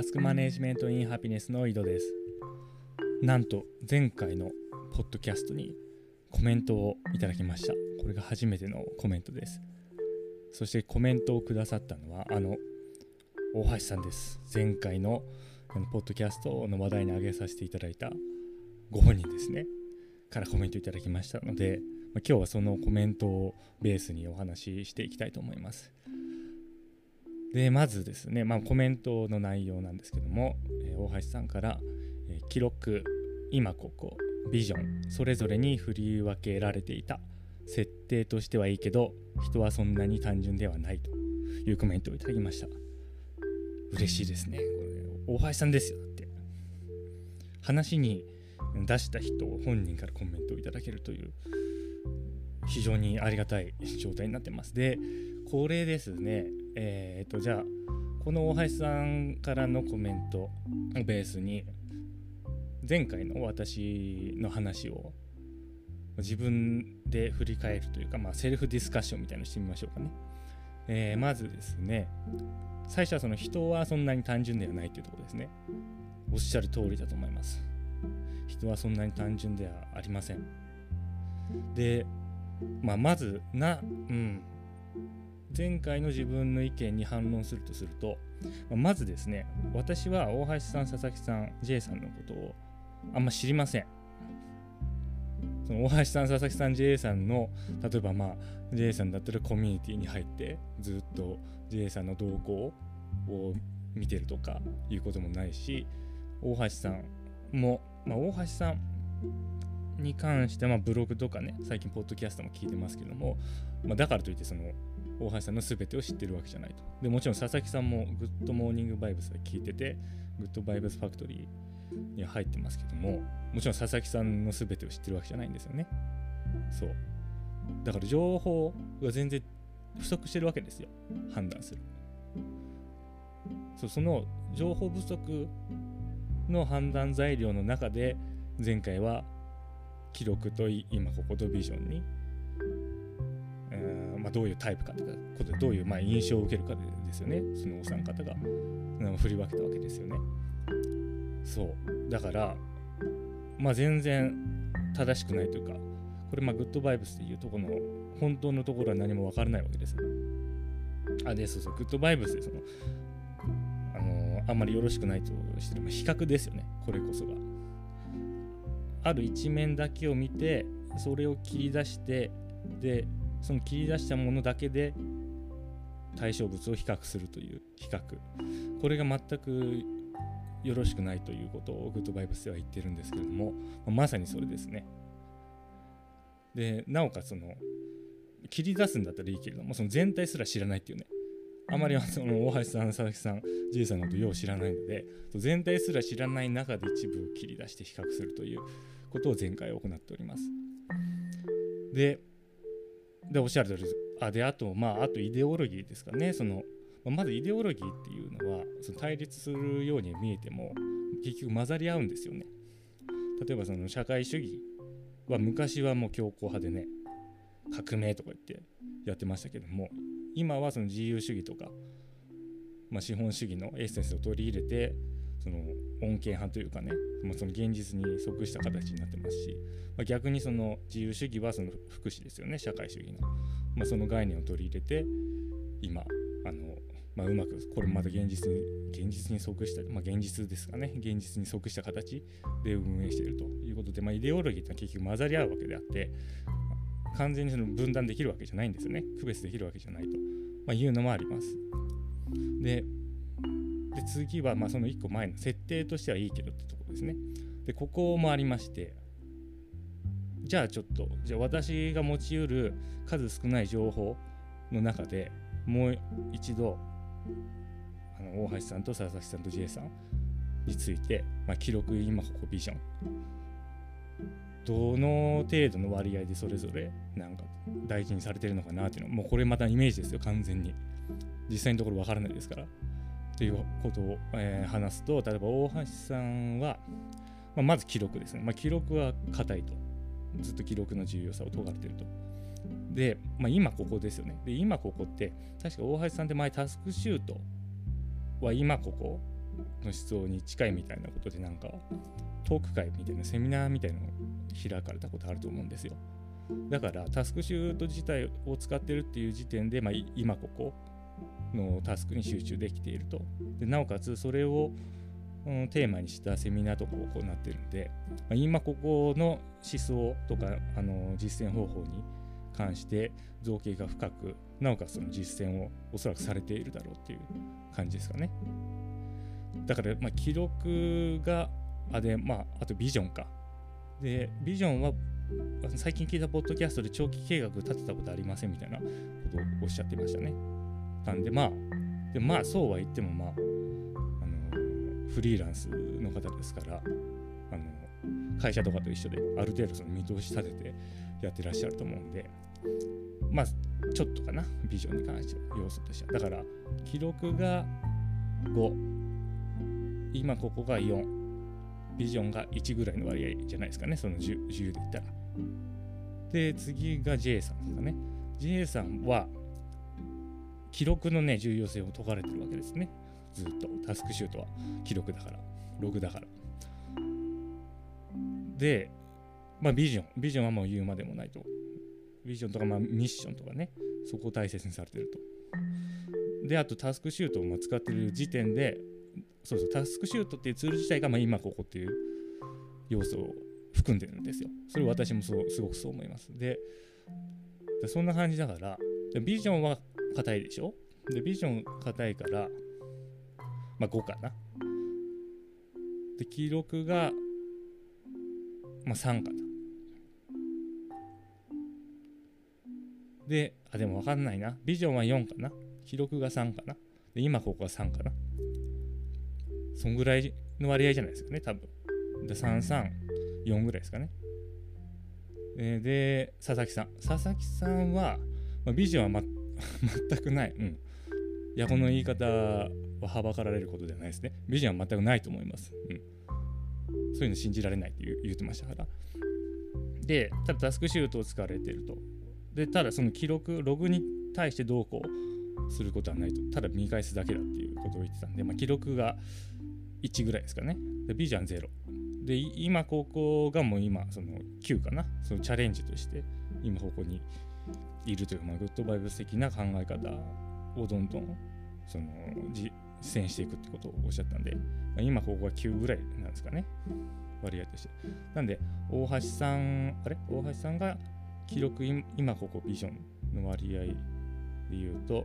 タスクマネジメントインハピネスの井戸です。なんと前回のポッドキャストにコメントをいただきました。これが初めてのコメントです。そしてコメントをくださったのは大橋さんです。前回のポッドキャストの話題に挙げさせていただいたご本人ですねからコメントいただきましたので、今日はそのコメントをベースにお話ししていきたいと思います。でまずですね、コメントの内容なんですけども、大橋さんから、記録、今ここ、ビジョン、それぞれに振り分けられていた。設定としてはいいけど人はそんなに単純ではないというコメントをいただきました。嬉しいですね。これ大橋さんですよ。だって話に出した人本人からコメントをいただけるという非常にありがたい状態になってます。でこれですね、じゃあこの大橋さんからのコメントをベースに前回の私の話を自分で振り返るというか、セルフディスカッションみたいなのしてみましょうかね。まずですね、最初はその人はそんなに単純ではないというところですね。おっしゃる通りだと思います。人はそんなに単純ではありません。で、まず前回の自分の意見に反論するとすると、まずですね、私は大橋さん、佐々木さん、J さんのことをあんま知りません。その大橋さん、佐々木さん、J さんの例えばJ さんだったらコミュニティに入ってずっと J さんの動向を見てるとかいうこともないし、大橋さんも、大橋さんに関してはブログとかね、最近ポッドキャストも聞いてますけども、だからといってその大橋さんの全てを知ってるわけじゃないと。でもちろん佐々木さんもグッドモーニングバイブスで聞いてて、グッドバイブスファクトリーには入ってますけども、もちろん佐々木さんの全てを知ってるわけじゃないんですよね。そうだから情報が全然不足してるわけですよ、判断する。その情報不足の判断材料の中で前回は記録と今こことビジョンにどういうタイプかということでどういう印象を受けるかですよね。そのお三方が振り分けたわけですよね。そうだから全然正しくないというか、これグッドバイブスでいうとこの本当のところは何も分からないわけです。そうグッドバイブスであんまりよろしくないとしてる比較ですよね。これこそがある一面だけを見てそれを切り出して、でその切り出したものだけで対象物を比較するという比較、これが全くよろしくないということをグッドバイブスでは言ってるんですけれども、まさにそれですね。でなおかつ切り出すんだったらいいけれども、その全体すら知らないっていうね、あまりその大橋さん、佐々木さん、J さんのことよう知らないので、全体すら知らない中で一部を切り出して比較するということを前回行っております。でおっしゃる通りです。あとイデオロギーですかね。まずイデオロギーっていうのはその対立するように見えても結局混ざり合うんですよね。例えばその社会主義は昔はもう強硬派でね、革命とか言ってやってましたけども、今はその自由主義とか、資本主義のエッセンスを取り入れて、その穏健派というかね、その現実に即した形になってますし、逆にその自由主義はその福祉ですよね、社会主義の、その概念を取り入れて今うまくこれまた現実に即した、現実ですかね、現実に即した形で運営しているということで、イデオロギーってのは結局混ざり合うわけであって、完全にその分断できるわけじゃないんですよね。区別できるわけじゃないと、いうのもあります。で次はその1個前の設定としてはいいけどってところですね。でここもありまして、じゃあ私が持ち得る数少ない情報の中でもう一度大橋さんと佐々木さんと J さんについて、記録、今ここ、ビジョン、どの程度の割合でそれぞれ大事にされてるのかなっていうのもうこれまたイメージですよ。完全に実際のところ分からないですからということを、話すと、例えば大橋さんは、まず記録ですね。記録は硬いと、ずっと記録の重要さを説かれていると。で、今ここですよね。で今ここって確か大橋さんって前タスクシュートは今ここの思想に近いみたいなことで、なんかトーク会みたいなセミナーみたいなのを開かれたことあると思うんですよ。だからタスクシュート自体を使ってるっていう時点で、今ここのタスクに集中できていると。でなおかつそれを、テーマにしたセミナーとかを行っているので、今ここの思想とか実践方法に関して造形が深く、なおかつその実践をおそらくされているだろうっていう感じですかね。だから記録があとビジョンか。でビジョンは最近聞いたポッドキャストで長期計画立てたことありませんみたいなことをおっしゃってましたね。なんでそうは言ってもフリーランスの方ですから、会社とかと一緒である程度その見通し立ててやってらっしゃると思うんで、ちょっとかな、ビジョンに関しては要素としては。だから記録が5、今ここが4、ビジョンが1ぐらいの割合じゃないですかね、その 10で言ったら。で次が J さんですかね。 J さんは記録のね重要性を説かれてるわけですね。ずっとタスクシュートは記録だから、ログだから。でビジョンはもう言うまでもないと。ビジョンとかミッションとかね、そこを大切にされてると。であとタスクシュートを使ってる時点で、タスクシュートっていうツール自体が今ここっていう要素を含んでるんですよ。それ私もすごくそう思います。でそんな感じだから、ビジョンは硬いでしょ。でビジョン硬いから5かな。で記録が3かな。でも分かんないな。ビジョンは4かな。記録が3かな。で今ここが3かな。そんぐらいの割合じゃないですかね、多分。で3、3、4ぐらいですかね。で佐々木さんは、ビジョンは、全くない。いやこの言い方ははばかられることではないですね。ビジョンは全くないと思います。そういうの信じられないって言ってましたから。でただタスクシュートを使われていると。でただその記録ログに対してどうこうすることはないと。ただ見返すだけだっていうことを言ってたんで、記録が1ぐらいですかね。でビジョン0で、今ここがもう今その9かな。そのチャレンジとして今ここにいるという、グッドバイブス的な考え方をどんどんその実践していくってことをおっしゃったんで、今ここが9ぐらいなんですかね、割合として。なんで大橋さんが記録今ここビジョンの割合で言うと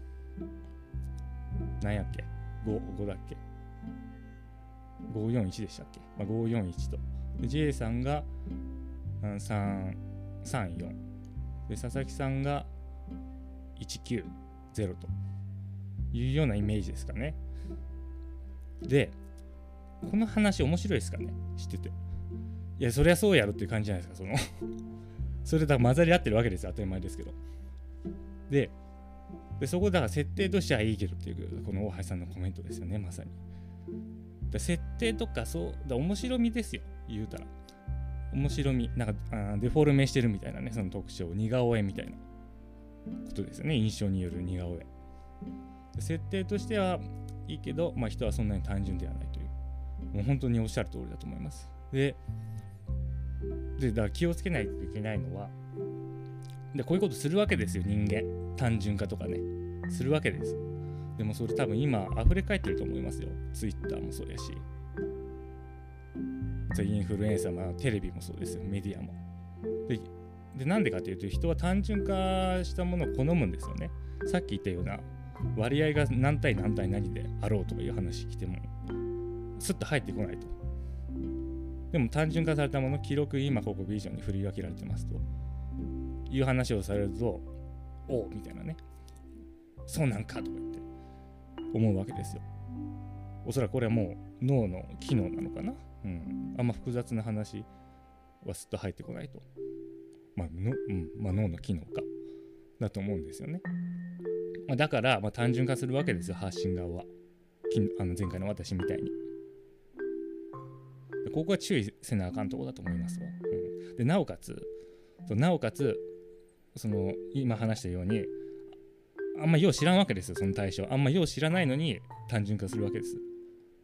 何やっけ、5だっけ、541でしたっけ、541と。で J さんが334で、佐々木さんが190というようなイメージですかね。でこの話面白いですかね、知ってて。いやそりゃそうやろっていう感じじゃないですか。それだから混ざり合ってるわけですよ、当たり前ですけど。でそこだから設定としてはいいけどっていう、この大橋さんのコメントですよね、まさに。設定とか面白みですよ、言うたら。面白み、なんかデフォルメしてるみたいなね、その特徴、似顔絵みたいなことですよね、印象による似顔絵。設定としてはいいけど、人はそんなに単純ではないという、もう本当におっしゃる通りだと思います。でだから気をつけないといけないのは、でこういうことするわけですよ、人間。単純化とかね、するわけです。でもそれ多分今溢れ返ってると思いますよ。ツイッターもそうやし、インフルエンサー、テレビもそうですよ、メディアも。でなんでかというと、人は単純化したものを好むんですよね。さっき言ったような割合が何対何対何であろうとかいう話来てもスッと入ってこないと。でも単純化されたもの、記録今ここビジョンに振り分けられてますという話をされると、おうみたいなね、そうなんかとか言って思うわけですよ。おそらくこれはもう脳の機能なのかな。あんま複雑な話はすっと入ってこないと。脳の機能かだと思うんですよね。だから単純化するわけですよ、発信側は。前回の私みたいに。ここは注意せなあかんとこだと思いますわ。でなおかつその今話したように、あんまよう知らんわけですよ、その対象。あんまよう知らないのに単純化するわけです。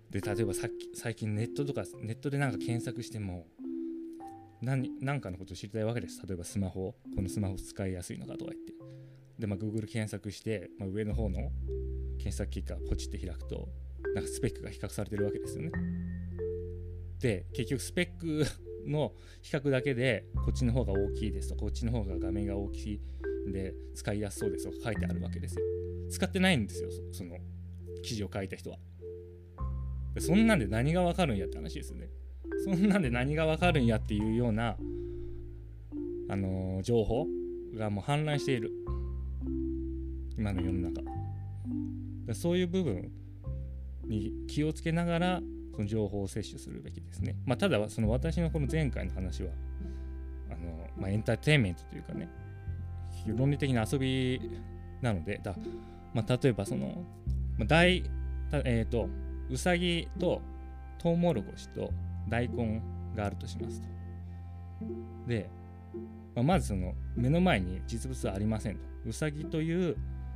で例えば最近ネットでなんか検索してもなんかのことを知りたいわけです。例えばこのスマホ使いやすいのかとか言って、で、Google 検索して、上の方の検索結果ポチって開くとなんかスペックが比較されてるわけですよね。で結局スペックの比較だけでこっちの方が大きいですとか、こっちの方が画面が大きいんで使いやすそうですとか書いてあるわけですよ。使ってないんですよ、その記事を書いた人は。そんなんで何がわかるんやって話ですよね。そんなんで何がわかるんやっていうような、情報がもう氾濫している今の世の中。そういう部分に気をつけながらその情報を摂取するべきですね。ただその私のこの前回の話はエンターテインメントというかね、論理的な遊びなので例えばそのうさぎとトウモロコシと大根があるとしますと。で、まずその目の前に実物はありませんと。うさぎという、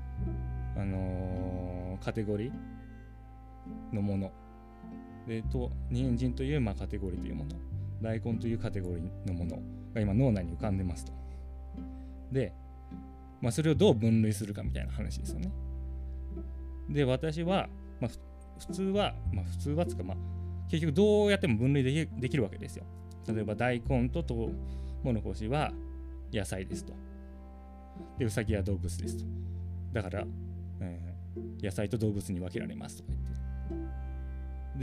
カテゴリーのもので人参というカテゴリーというもの、大根というカテゴリーのものが今脳内に浮かんでますと。で、それをどう分類するかみたいな話ですよね。で、私は、普通はつか結局どうやっても分類できるわけですよ。例えば大根とトウモロコシは野菜ですと。で、ウサギは動物ですと。だから、野菜と動物に分けられますとか言って。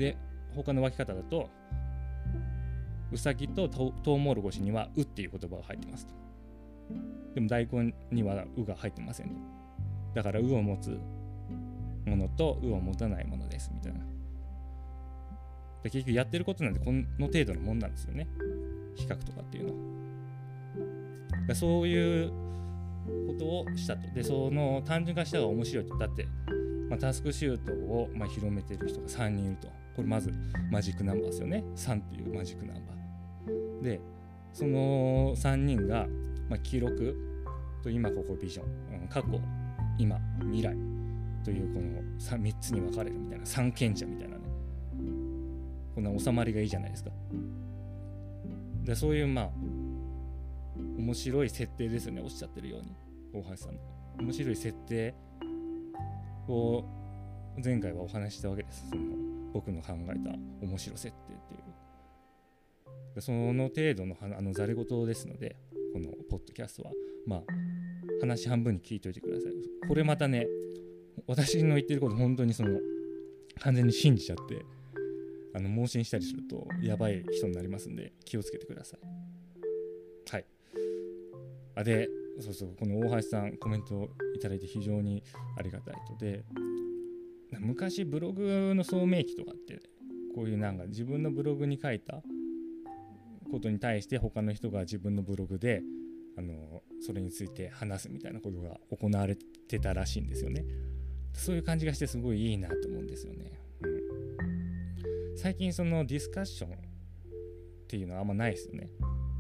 で、他の分け方だと、ウサギとトウモロコシにはうっていう言葉が入ってますと。でも大根にはうが入ってませんと。だからうを持つものとうを持たないものですみたいな。で、結局やってることなんてこの程度のもんなんですよね、比較とかっていうのは。そういうことをしたと。で、その単純化した方が面白いと。だって、タスクシュートを広めてる人が3人いると。これまずマジックナンバーですよね。3っていうマジックナンバーで、その3人が、記録と今ここビジョン、過去今未来というこの 3つに分かれるみたいな、三賢者みたいなね、こんな収まりがいいじゃないですか。で、そういう面白い設定ですよね。おっしゃってるように大橋さんの面白い設定を前回はお話ししたわけです。その僕の考えた面白設定っていうで、その程度のざれ言ですので、このポッドキャストは話半分に聞いといてください。これまたね、私の言ってること本当に完全に信じちゃって盲信したりするとやばい人になりますんで気をつけてください。はい。で、この大橋さんコメントをいただいて非常にありがたいと。で、昔ブログの聡明期とかってこういう自分のブログに書いたことに対して他の人が自分のブログでそれについて話すみたいなことが行われてたらしいんですよね。そういう感じがしてすごいいいなと思うんですよね。最近そのディスカッションっていうのはあんまないですよね。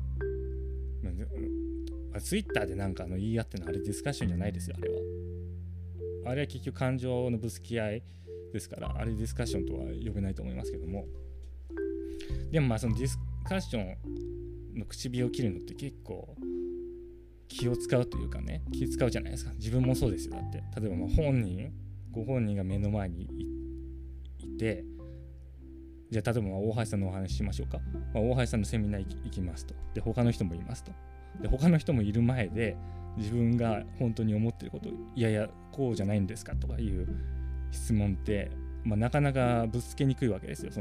ツイッターで言い合ってるのあれディスカッションじゃないですよ。あれは結局感情のぶつけ合いですから、あれディスカッションとは呼べないと思いますけども、でもそのディスカッションの口火を切るのって結構気を使うというかね、気使うじゃないですか。自分もそうですよ。だって例えばご本人が目の前にいて、じゃあ例えば大橋さんのお話しましょうか。大橋さんのセミナー行きますと。で、他の人もいますと。で、他の人もいる前で自分が本当に思ってること、いやいやこうじゃないんですかとかいう質問って、なかなかぶつけにくいわけですよ。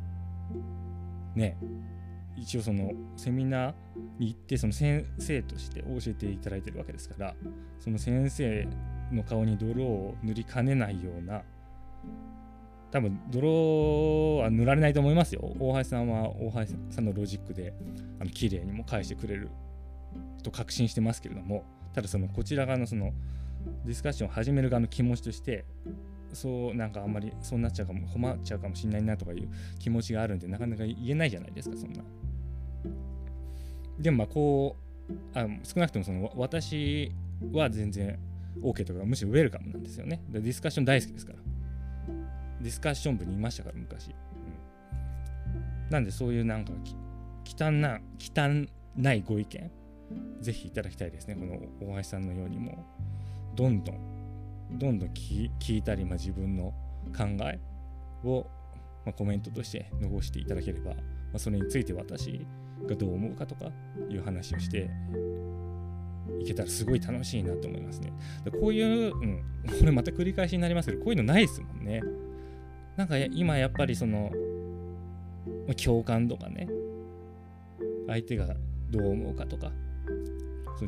一応そのセミナーに行ってその先生として教えていただいてるわけですから、その先生の顔に泥を塗りかねないような、多分泥は塗られないと思いますよ。大橋さんは大橋さんのロジックで綺麗にも返してくれると確信してますけれども、ただこちら側のそのディスカッションを始める側の気持ちとして、あんまりそうなっちゃうかも、困っちゃうかもしれないなとかいう気持ちがあるんで、なかなか言えないじゃないですか、そんな。でも少なくとも私は全然 OK とかむしろウェルカムなんですよね。で、ディスカッション大好きですから。 ディスカッション部にいましたから昔、なんでそういうなんか汚いご意見ぜひいただきたいですね。この大橋さんのようにもどんどん聞いたり、自分の考えを、コメントとして残していただければ、それについて私がどう思うかとかいう話をしていけたらすごい楽しいなと思いますね。こういう、これまた繰り返しになりますけど、こういうのないですもんね。なんか今やっぱりその共感とかね、相手がどう思うかとか、その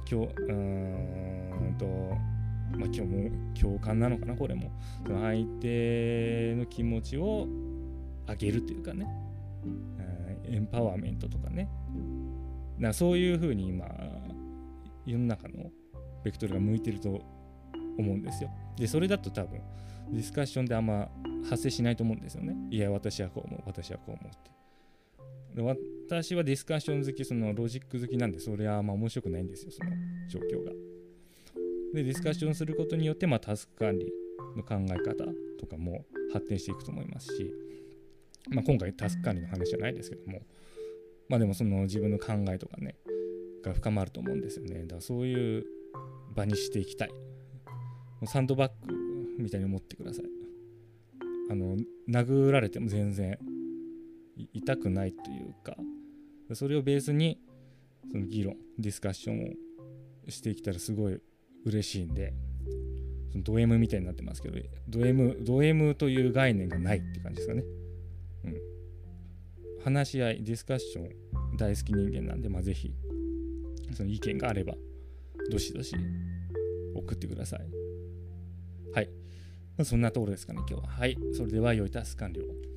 今日も共感なのかな、これもその相手の気持ちを上げるというかね、エンパワーメントとかね、なんかそういう風に今世の中のベクトルが向いてると思うんですよ。でそれだと多分ディスカッションであんま発生しないと思うんですよね。いや私はこう思う、私はこう思うって。で私はディスカッション好き、そのロジック好きなんで、それは面白くないんですよ、その状況が。でディスカッションすることによってタスク管理の考え方とかも発展していくと思いますし、今回タスク管理の話じゃないですけども、でもその自分の考えとかねが深まると思うんですよね。だからそういう場にしていきたい。もうサンドバッグみたいに思ってください。殴られても全然痛くないというか、それをベースにその議論ディスカッションをしていけたらすごい嬉しいんで、そのド M みたいになってますけど、ド M という概念がないって感じですかね。話し合いディスカッション大好き人間なんで、ぜひその意見があればどしどし送ってください。はい、そんなところですかね今日は。はい、それでは良いタスク完了。